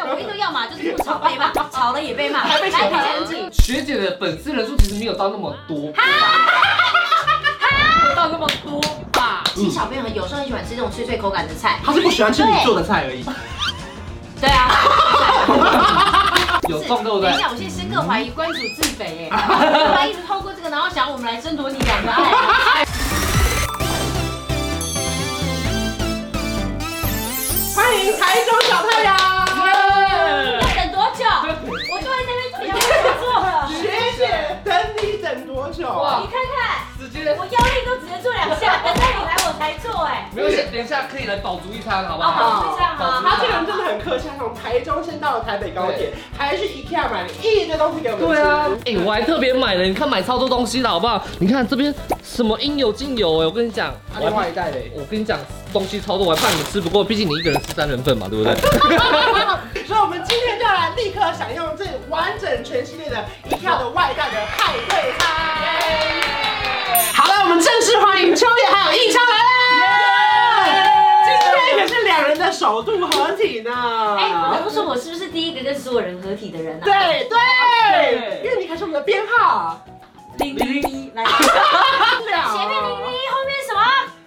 唯一都要嘛就是不吵被骂，吵了也被骂， 还被来， 骂你先学姐的粉丝人数其实没有到那么多，没有到那么多吧？ 其实小朋友有时候很喜欢吃这种脆脆口感的菜。 他是不喜欢吃你做的菜而已。 对啊。 有中对不对等一？下，我现在深刻怀疑关主自肥哎，他一直透过这个，然后想要我们来争夺你两个爱。 欢迎台中小太阳。 要等多久？我坐在那边坐了。 学姐等你等多久？ 你看看， 直接我腰力都只能做2下，等到你来我才做哎。 没有，等一下可以来饱足一餐，好不好， 好？ 就这样啊。 他这个人真的很客气，他从台中先到了台北高铁，还去 IKEA 买了一堆东西给我们吃。 对啊，哎，我还特别买了，你看买超多东西的好不好？你看这边什么应有尽有哎，我跟你讲， 另外一袋嘞。 我跟你讲东西超多，我还怕你们吃不过，毕竟你一个人吃3人份嘛，对不对？ 所以我们今天就要来立刻享用这完整全系列的 IKEA 的外带的派对餐。好了，我们正式欢迎秋叶还有易昌来啦！今天可是2人的首度合体呢。 哎，不得不说，我是不是第一个跟所有人合体的人啊？ 对对，因为你可是我们的编号 001来，前面001，后面什么？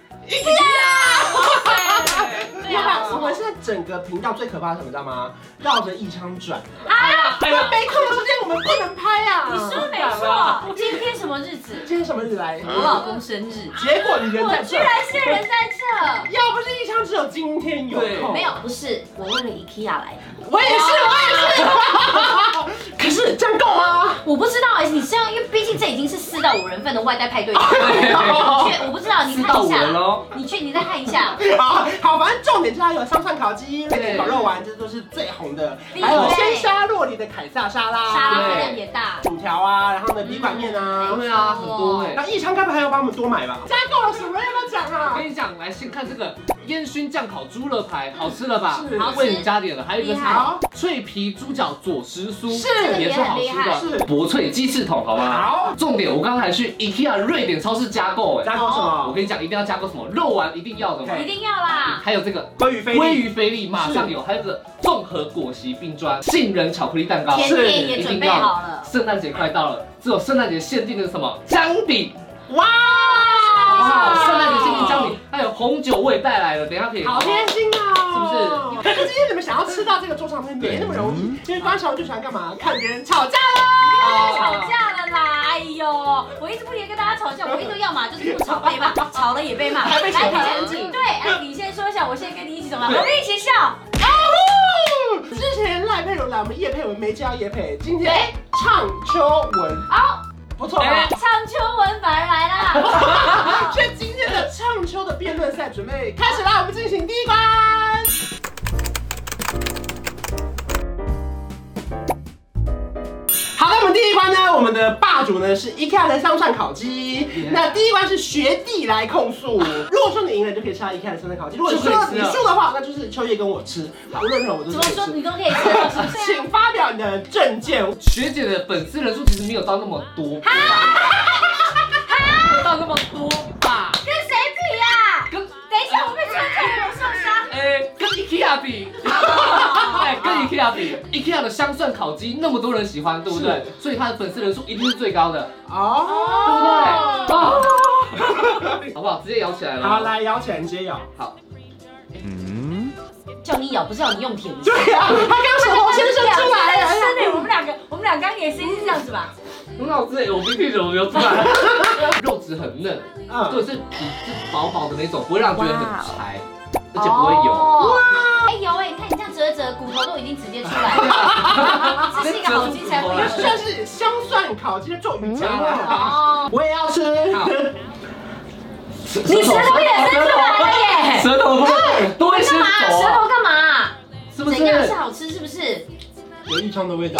对啊，我们现在整个频道最可怕的是什么，知道吗？绕着易昌转。 啊！ 因为没空的时间我们不能拍啊。 你说没错，今天什么日子？ 今天什么日来？ 我老公生日。 结果你人在这我居。然是人在这。 要不是易昌只有今天有空。 没有，不是，我为了 IKEA 来的。 我也是。可是这样够吗？ 我不知道哎，你是要，因为毕竟这已经是4到5人份的外带派对。我不知道，你看一下。你再看一下。 好，反正重点就是它有香蒜烤鸡、瑞典烤肉丸，这都是最红的。还有鲜虾洛里的凯撒沙拉， 沙拉分量也大。 薯条啊，然后呢笔管面啊， 对啊，很多哎。 那易昌该不会还要帮我们多买吧？加购了什么？要不要讲啊？ 我跟你讲，来先看这个烟熏酱烤猪肋排，好吃了吧？ 好吃为你加点了，还有一个是厉害脆皮猪脚佐食酥， 是也是好吃是的。薄脆鸡翅桶，好不好？ 好。 重点，我刚才去 IKEA 瑞典超市加购，哎， 加购什么？ 我跟你讲，一定要加购什么？肉丸一定要的嘛， 一定要啦。 还有这个鲑鱼菲力， 鲑鱼菲力马上有，还有这个综合果昔冰砖、杏仁巧克力蛋糕， 甜点也准备好了。 圣诞节快到了，只有圣诞节限定的什么姜饼， 哇！ 好不好？圣诞节限定姜饼，还有红酒我也带来了，等一下可以。 好贴心啊， 是不是？ 可是今天你们想要吃到这个桌上面没那么容易，因为关小就喜欢干嘛？看别人吵架啦！吵架了啦！哎呦，我一直不停跟大家吵架，我一直都要嘛就是不吵被骂，吵了也被骂， 还被嫌来， 弃。 对，哎，你先说一下，我现在跟你一起怎么？我们一起笑。 之前赖佩蓉来我们业配，我们没叫业配，今天唱秋文， 好， 不错吧？ 唱秋文反而来啦。 所以今天的唱秋的辩论赛准备开始啦，我们进行第一关。好的，我们第一关呢，我们的霸主呢是 IKEA 的香蒜烤鸡。那第一关是学弟来控诉。如果说你赢了，你就可以吃到 IKEA 的香蒜烤鸡；如果说你输的话，那就是秋叶跟我吃。无论如何，我都是怎么说你都可以吃到，是不是？ 请发表你的政见。 学姐的粉丝人数其实没有到那么多，没有到那么多吧？ 跟谁比呀？等一下，我被穿透，我受伤。 跟 IKEA 比，哎，跟 IKEA 比，IKEA 的香蒜烤鸡那么多人喜欢，对不对？所以它的粉丝人数一定是最高的， 哦， 对不对？好不好？直接摇起来了。 好，来摇起来，你直接摇。 好。 叫你咬，不是要你用舔的。 对啊，他刚手头先生出来了。 真的，我们俩刚也是这样子吧？ 很好吃哎，我鼻涕怎么没有出来？肉质很嫩，对，是皮是薄薄的那种，不会让人觉得很柴，而且不会油。 哎有哎，你看你这样折折，骨头都已经直接出来了。这是一个好鸡才会有。 这算是香蒜烤鸡做瑜伽了。哦，我也要吃。 你舌头也伸出来了耶！ 舌头都会先走。 舌头干嘛？ 是不是？ 怎样是好吃？是不是？ 有异常的味道。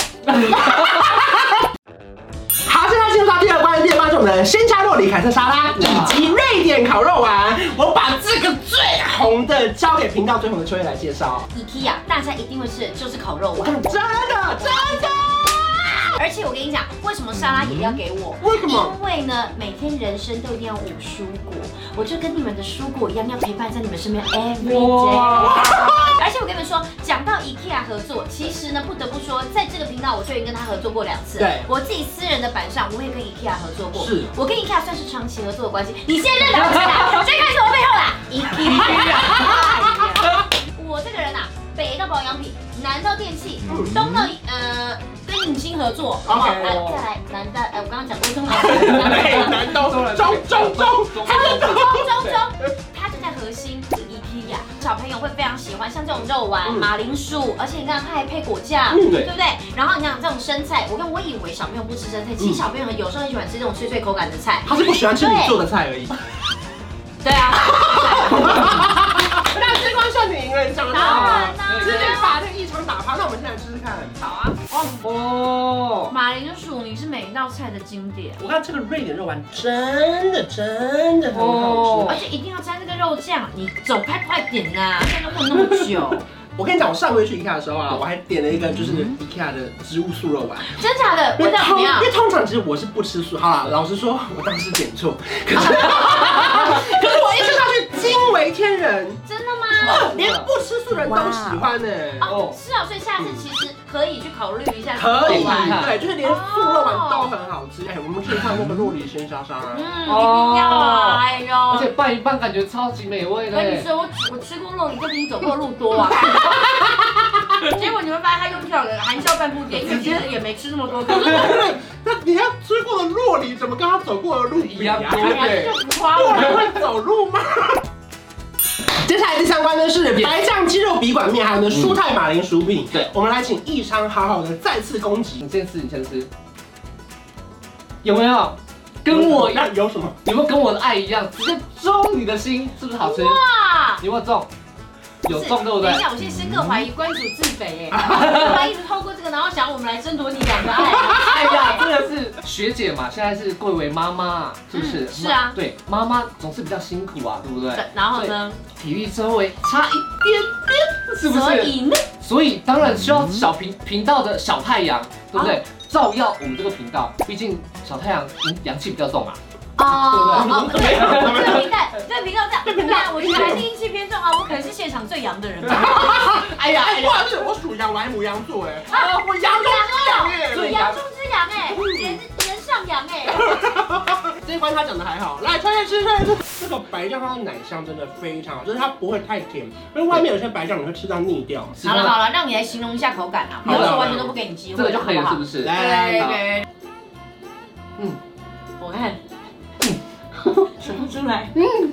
好，现在进入到第二关，第二关是我们的鲜虾洛里凯撒沙拉以及瑞典烤肉丸。我把这个最红的交给频道最红的秋叶来介绍。 IKEA 大家一定会吃的就是烤肉丸， 真的。 而且我跟你讲，为什么沙拉也要给我？ 为什么？ 因为呢，每天人生都一定要5蔬果，我就跟你们的蔬果一样，要陪伴在你们身边 every day。而且我跟你们说，讲到 IKEA 合作，其实呢，不得不说，在这个频道我就已经跟他合作过2次。 对， 我自己私人的版上，我也跟 IKEA 合作过。 是， 我跟 IKEA 算是长期合作的关系。你现在认得起来，谁看是我背后啦？IKEA。我这个人啊，北到保养品，南到电器，东到跟影星合作。 OK。 再来南到我刚刚讲过中南南东中， 它就在核心。IKEA 小朋友会非常喜欢，像这种肉丸、马铃薯，而且你看它还配果酱，对不对？然后你看这种生菜，我以为小朋友不吃生菜，其实小朋友有时候很喜欢吃这种脆脆口感的菜。 他是不喜欢吃你做的菜而已。 对啊。 那这关算你赢了，你讲的当然啦， 直接把这一场打趴。那我们现在试试看。 好啊。 哦， 马铃薯你是每一道菜的经典。 我看这个瑞典肉丸真的很好吃， 而且一定要沾这个肉酱。你走开快点呐，现在都问那么久。 我跟你讲，我上回去 IKEA 的时候啊，我还点了一个就是 IKEA 的植物素肉丸。 真假的？味道怎么样？ 因为通常其实我是不吃素。好啦，老实说，我当时点错，可是我一吃下去惊为天人。 真的吗？ 连不吃素人都喜欢呢。 哦，是啊，所以下次其实可以去考虑一下。 可以，对，就是连素肉丸都很好吃。哎，我们去看那个洛梨鲜沙沙。 一定要啊！哎呦， 而且拌一拌感觉超级美味的。 我跟你说，我吃过洛梨就比你走过路多啊。结果你们发现他用票的含笑半步癫，因为其实也没吃那么多颗。 那你要吃过的洛梨怎么跟他走过的路一样多？ 对，就浮夸洛梨会走路吗？接下来第3关呢是白酱鸡肉笔管面，还有呢蔬菜马铃薯饼。对，我们来请义昌好好的再次攻击。 你先吃，你先吃。有没有跟我一样？ 有什么？ 有没有跟我的爱一样，直接中你的心？是不是好吃？ 哇！ 有没有中？有中对不对？ 等一下，我现在深刻怀疑关主自肥他一直透过这个，然后想我们来争夺你2个爱。 哎呀，真的是学姐嘛，现在是贵为妈妈，是不是？ 是啊。 对，妈妈总是比较辛苦啊，对不对？ 然后呢？ 体力稍微差一点点，是不是？ 所以呢？ 所以当然需要小频道的小太阳，对不对？照耀我们这个频道，毕竟小太阳阳气比较重啊。 哦，对，这个频道这样，我觉得还是阴气偏重啊，我可能是现场最阳的人吧。 哎呀，不好意思，我属羊，我还牡羊座哎。我羊中之羊哎， 羊中之羊哎，人上羊哎。 这一关他讲的还好，来穿越吃。这个白酱它的奶香真的非常好，就是它不会太甜，因为外面有些白酱你会吃到腻掉。 好了，让你来形容一下口感啊，不要说完全都不给你机会。 这个就可以了，是不是？ 对。我看。说不出来。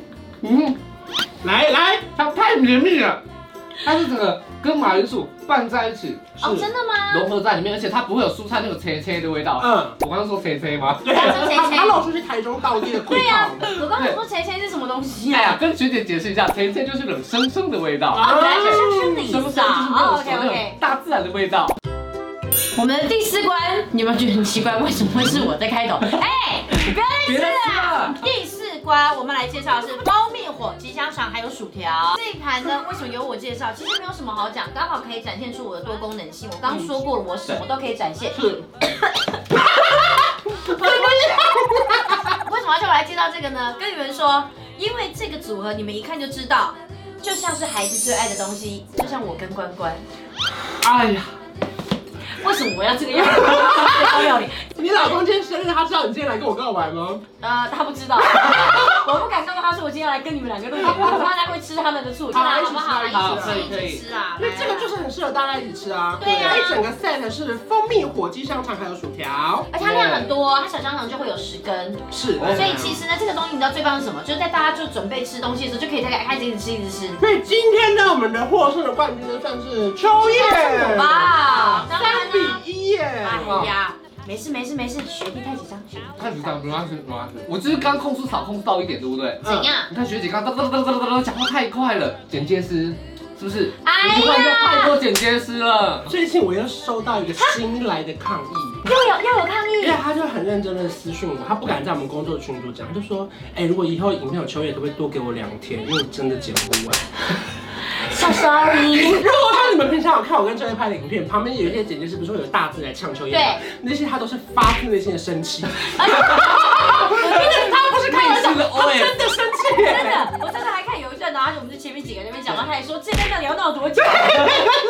来， 它太绵密了，它是整个跟马铃薯拌在一起， 哦，真的吗？ 融合在里面，而且它不会有蔬菜那个切切的味道。我刚刚说切切吗？ 对，他露出去台中道地的味道。 对呀，我刚刚说切切是什么东西哎呀，跟学姐解释一下，切切就是冷生生的味道。 来是生生的意思啊。 OK， 大自然的味道。 我们的第4关，你有没有觉得很奇怪？为什么会是我在开头？哎，不要再吃了。第4关，我们来介绍的是蜂蜜火鸡香肠还有薯条。这一盘呢，为什么由我介绍？其实没有什么好讲，刚好可以展现出我的多功能性。我刚刚说过了，我什么都可以展现。 是。 为什么要叫我来介绍这个呢？跟你们说，因为这个组合你们一看就知道，就像是孩子最爱的东西，就像我跟关关。 哎呀。 为什么我要这个样子？ 你老公今天生日，他知道你今天来跟我告白吗？ 他不知道，我不敢告诉他说我今天来跟你们2个录影，我怕他会吃他们的醋。 好，一起吃啊！ 那这个就是很适合大家一起吃啊。 对呀， 一整个 set 是蜂蜜火鸡香肠还有薯条， 而且它量很多，它小香肠就会有10根。 是， 所以其实呢，这个东西你知道最棒是什么？就是在大家就准备吃东西的时候，就可以开始一直吃。 所以今天呢，我们的获胜的冠军呢，算是秋叶。 我吧 ，3比1耶！ 哎呀，没事，学弟太紧张， 太紧张，没关系。我就是刚控诉少控到一点，对不对？ 怎样？ 你看学姐刚讲话太快了，剪接师是不是？ 哎呀，太多剪接师了。 最近我又收到一个新来的抗议， 又有抗议， 因为他就很认真的私讯我，他不敢在我们工作群组讲，就说，如果以后影片有秋叶，可不可以多给我2天，因为我真的剪不完。 Sorry。 如果说你们平常有看我跟秋叶拍的影片，旁边有一些剪接是不是会有大字来呛秋叶？对，那些他都是发自内心的生气。他不是开玩笑的，他真的生气。 真的，我真的还看有一段，然后我们在前面几个人那边讲，然后他还说这边到底要闹多久？ 反正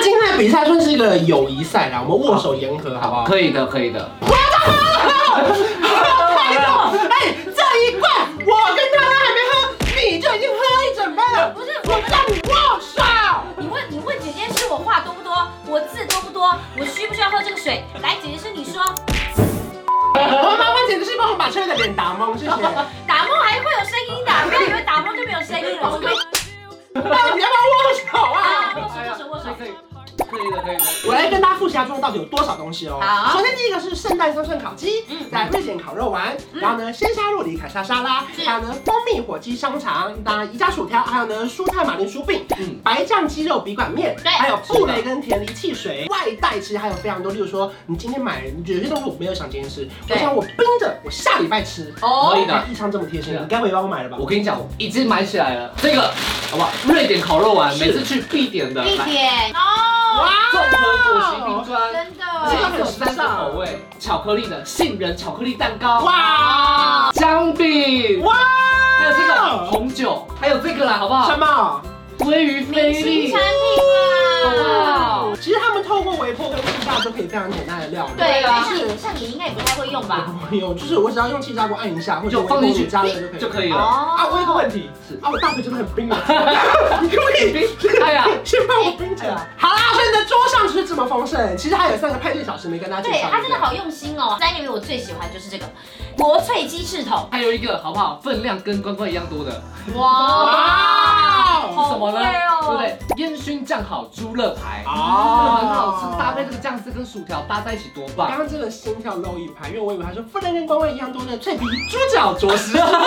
今天的比赛算是一个友谊赛啦，我们握手言和，好不好？ 可以的，可以的。 我要喝了，哎，这一罐我跟他还没喝，你就已经喝一整杯了。 不是， 我叫你握手。 你问姐姐是我话多不多，我字多不多，我需不需要喝这个水？来，姐姐是你说。 我麻烦姐姐是帮我把秋叶的脸打懵，谢谢。 打懵还会有声音的，不要以为打懵就没有声音了。 到底你要不要握手啊？ 握手。 可以的，可以的。 我来跟大家复习一下中到底有多少东西哦。 好， 首先第一个是圣诞香蒜烤鸡，再来瑞典烤肉丸，然后呢鲜虾洛里凯撒沙拉，还有呢蜂蜜火鸡香肠，当然宜家薯条，还有呢蔬菜马铃薯饼，白酱鸡肉笔管面，还有布雷根甜梨汽水。外带其实还有非常多，例如说你今天买，有些东西我没有想今天吃，我想我冰着，我下礼拜吃。 哦， 可以的。 异常这么贴心，你该不会帮我买了吧？ 我跟你讲，我已经买起来了，这个好不好？瑞典烤肉丸，每次去必点的。 必点哦。 哇， 综合果昔冰砖， 真的， 而且它有3个口味，巧克力的杏仁巧克力蛋糕， 哇， 姜饼， 哇， 还有这个红酒，还有这个啦，好不好？ 什么？ 鲑鱼菲力产品啦。 其实他们透过微波跟气炸就可以非常简单的料理。 对啊，像你应该也不太会用吧？ 不会用，就是我只要用气炸锅按一下，或者放进去加热就可以了。啊，我有个问题是啊，我大腿真的很冰啊，你可不可以哎呀， 先帮我冰起来？好啦，所以你的桌上就是这么丰盛。其实还有3个派对小时没跟大家介绍。 对，它真的好用心哦。3个里面我最喜欢就是这个国粹鸡翅桶， 还有一个好不好？分量跟关关一样多的。 哇， 是什么呢？对不对？烟熏酱好猪肋排哦，很好吃，搭配这个酱汁跟薯条搭在一起多棒！ 刚刚真的心跳漏一拍，因为我以为他说分量跟关关一样多的脆皮猪脚着实。我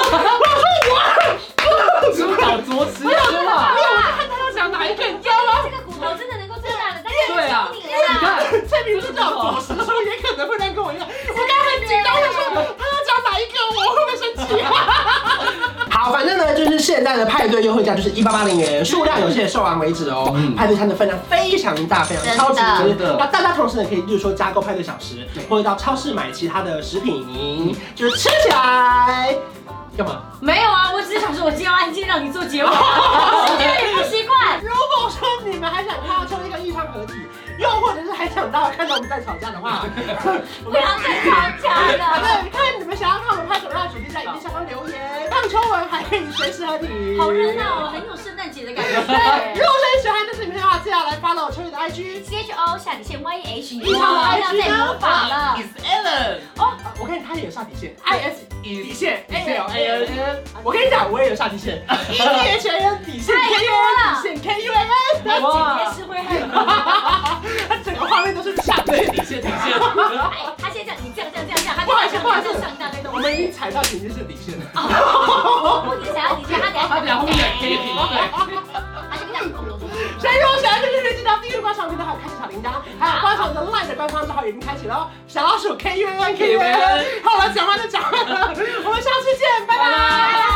说猪脚着实吃嘛？ 没有，我看他要讲哪一个，你知道吗？ 这个骨头真的能够这样的， 对啊，你看脆皮猪脚着实，所以也可能分量跟我一样。我刚刚很紧张的说他要讲哪一个，我会不会生气？好，反正呢，就是现在的派对优惠价就是1880元，数量有限，售完为止哦。派对餐的分量非常大，非常超级真的。 那大家同时呢，可以例如说加购派对小时，或者到超市买其他的食品，就是吃起来。干嘛？ 没有啊，我只是想说，我今天要按键让你做结尾，我有点不习惯。 如果说你们还想看到秋一个异常合体，又或者是还想到看到我们在吵架的话， 不要再吵架了。 对，看你们想要看我们拍什么样的主题，在影片下方留言，让秋文还可以随时合体。 好热闹哦，很有圣诞节的感觉。 对，如果说你喜欢这支影片的话，记得来 follow 秋一的 IG CHO 下底线 YH， 异常的 IG 在模仿了。 Is Alan 哦，我看他也有下底线 ，IS 底线 ALAN。 我跟你讲，我也有下底线 ，EDHAN 底线 KUN 底线 KUN。 哇，姐姐是会害怕。 他整个画面都是下底线底线。 哎，他先这样，你这样，他不好意思， 上一大堆东西。 我们已经踩到姐姐是底线了。 我不踩到底线，他等下后面可以停，对。 他就这样咚咚咚。 所以如果喜欢这支片，记得订阅观赏频道，还有开启小铃铛，还有观赏的 LINE 的官方账号已经开启了哦。小老鼠 KUN。好了，讲完了，我们下期见，拜拜。